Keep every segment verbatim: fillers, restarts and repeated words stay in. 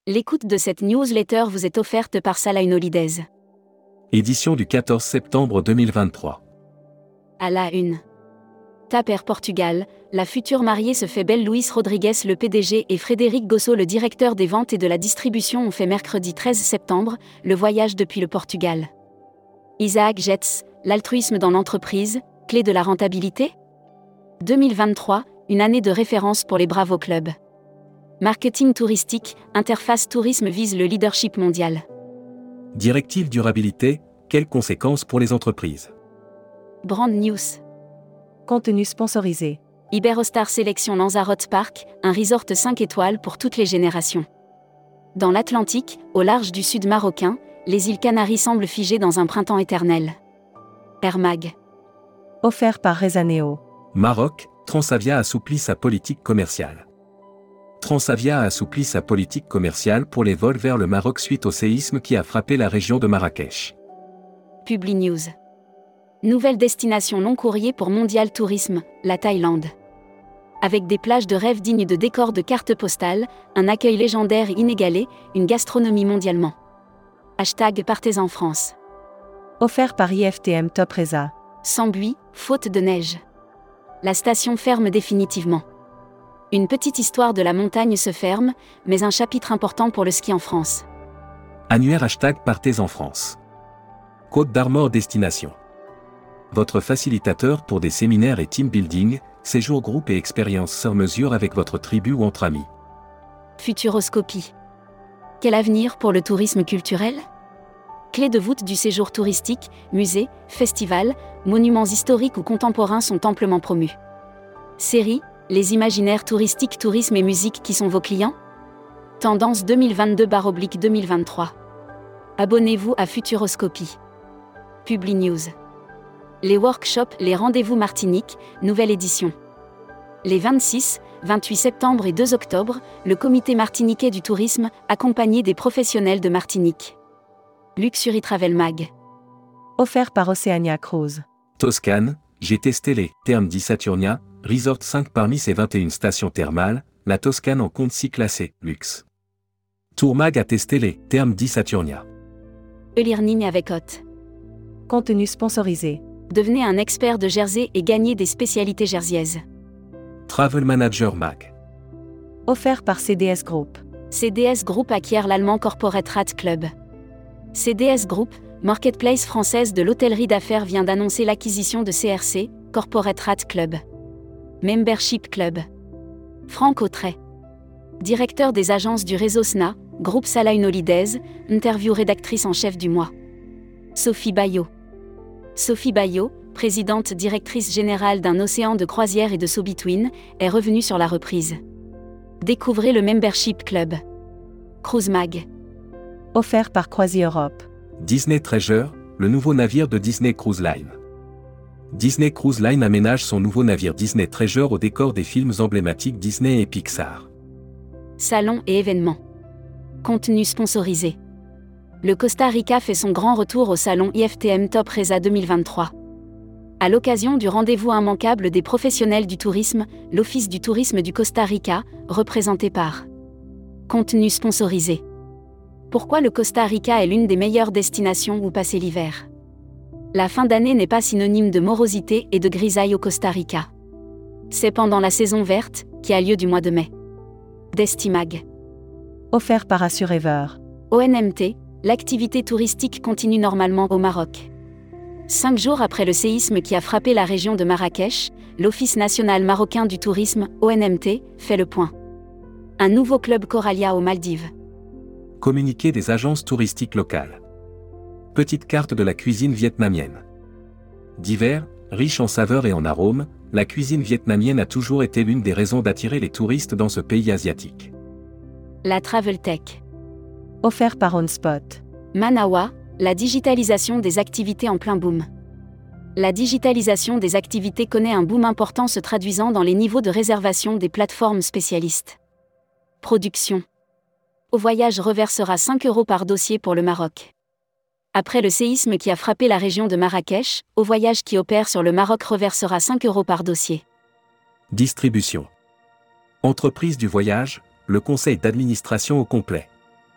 L'écoute de cette newsletter vous est offerte par Salah Holidays. Édition du quatorze septembre deux mille vingt-trois. À la une. T A P Air Portugal, la future mariée se fait belle. Luís Rodrigues le P D G et Frédéric Gosso le directeur des ventes et de la distribution ont fait mercredi treize septembre, le voyage depuis le Portugal. Isaac Getz, l'altruisme dans l'entreprise, clé de la rentabilité ? deux mille vingt-trois, une année de référence pour les Bravo Club. Marketing touristique, Interface Tourisme vise le leadership mondial. Directive durabilité, quelles conséquences pour les entreprises ? Brand News. Contenu sponsorisé. Iberostar sélection Lanzarote Park, un resort cinq étoiles pour toutes les générations. Dans l'Atlantique, au large du sud marocain, les îles Canaries semblent figées dans un printemps éternel. Air Mag. Offert par Rezaneo. Maroc, Transavia assouplit sa politique commerciale. Transavia a assoupli sa politique commerciale pour les vols vers le Maroc suite au séisme qui a frappé la région de Marrakech. Publi News. Nouvelle destination long courrier pour Mondial Tourisme, la Thaïlande. Avec des plages de rêve dignes de décors de cartes postales, un accueil légendaire et inégalé, une gastronomie mondialement. Hashtag Partez en France. Offert par I F T M Top Reza. Sans buis, faute de neige. La station ferme définitivement. Une petite histoire de la montagne se ferme, mais un chapitre important pour le ski en France. Annuaire hashtag Partez en France. Côte d'Armor Destination. Votre facilitateur pour des séminaires et team building, séjours groupe et expériences sur mesure avec votre tribu ou entre amis. Futuroscopie. Quel avenir pour le tourisme culturel ? Clés de voûte du séjour touristique, musées, festivals, monuments historiques ou contemporains sont amplement promus. Série, les imaginaires touristiques, tourisme et musique qui sont vos clients ? Tendance deux mille vingt-deux deux mille vingt-trois. Abonnez-vous à Futuroscopie. Publi News. Les workshops, les rendez-vous Martinique, nouvelle édition. Les vingt-six, vingt-huit septembre et deux octobre, le comité martiniquais du tourisme, accompagné des professionnels de Martinique. Luxury Travel Mag. Offert par Oceania Cruise. Toscane, j'ai testé les termes dix Saturnia, Resort cinq parmi ses vingt et une stations thermales, la Toscane en compte six classés, luxe. Tourmag a testé les termes dix Saturnia. E-learning avec Hot. Contenu sponsorisé. Devenez un expert de Jersey et gagnez des spécialités jerseyaises. Travel Manager Mag. Offert par C D S Group. C D S Group acquiert l'allemand Corporate Rat Club. C D S Group, marketplace française de l'hôtellerie d'affaires, vient d'annoncer l'acquisition de C R C, Corporate Rat Club. Membership Club. Franck Autray. Directeur des agences du réseau S N A, groupe Salah Holidays, interview rédactrice en chef du mois. Sophie Bayot. Sophie Bayot, présidente directrice générale d'un océan de croisière et de So-Between, est revenue sur la reprise. Découvrez le Membership Club. Cruise Mag. Offert par Croisi Europe. Disney Treasure, le nouveau navire de Disney Cruise Line. Disney Cruise Line aménage son nouveau navire Disney Treasure au décor des films emblématiques Disney et Pixar. Salon et événements. Contenu sponsorisé. Le Costa Rica fait son grand retour au salon I F T M Top Reza deux mille vingt-trois. À l'occasion du rendez-vous immanquable des professionnels du tourisme, l'Office du tourisme du Costa Rica, représenté par. Contenu sponsorisé. Pourquoi le Costa Rica est l'une des meilleures destinations où passer l'hiver ? La fin d'année n'est pas synonyme de morosité et de grisaille au Costa Rica. C'est pendant la saison verte, qui a lieu du mois de mai. Destimag. Offert par Assurever. O N M T, l'activité touristique continue normalement au Maroc. Cinq jours après le séisme qui a frappé la région de Marrakech, l'Office national marocain du tourisme, O N M T, fait le point. Un nouveau club Coralia aux Maldives. Communiqué des agences touristiques locales. Petite carte de la cuisine vietnamienne. Divers, riche en saveurs et en arômes, la cuisine vietnamienne a toujours été l'une des raisons d'attirer les touristes dans ce pays asiatique. La Travel Tech. Offert par OnSpot. Manawa, la digitalisation des activités en plein boom. La digitalisation des activités connaît un boom important, se traduisant dans les niveaux de réservation des plateformes spécialistes. Production. Au Voyage reversera cinq euros par dossier pour le Maroc. Après le séisme qui a frappé la région de Marrakech, Au Voyage qui opère sur le Maroc reversera cinq euros par dossier. Distribution. Entreprise du voyage, le conseil d'administration au complet.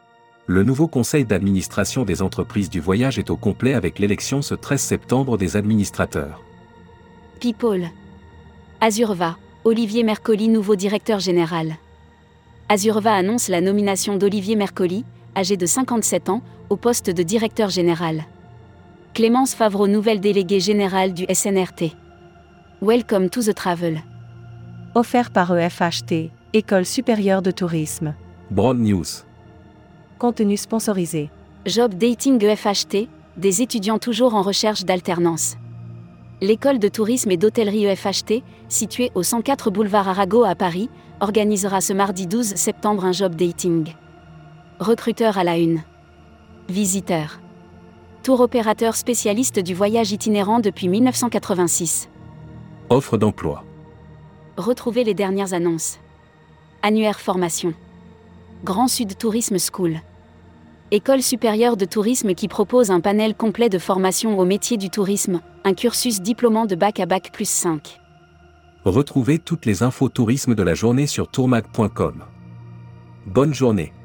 Le nouveau conseil d'administration des entreprises du voyage est au complet avec l'élection ce treize septembre des administrateurs. People. Azurva. Olivier Mercoli, nouveau directeur général. Azurva annonce la nomination d'Olivier Mercoli, âgé de cinquante-sept ans, au poste de directeur général. Clémence Favreau, nouvelle déléguée générale du S N R T. Welcome to the travel. Offert par E F H T, École supérieure de tourisme. Broad News. Contenu sponsorisé. Job Dating E F H T, des étudiants toujours en recherche d'alternance. L'école de tourisme et d'hôtellerie E F H T, située au cent quatre boulevard Arago à Paris, organisera ce mardi douze septembre un job dating. Recruteur à la une. Visiteur. Tour opérateur spécialiste du voyage itinérant depuis mille neuf cent quatre-vingt-six. Offre d'emploi. Retrouvez les dernières annonces. Annuaire formation. Grand Sud Tourisme School. École supérieure de tourisme qui propose un panel complet de formation au métier du tourisme, un cursus diplômant de bac à bac plus cinq. Retrouvez toutes les infos tourisme de la journée sur tourmag point com. Bonne journée.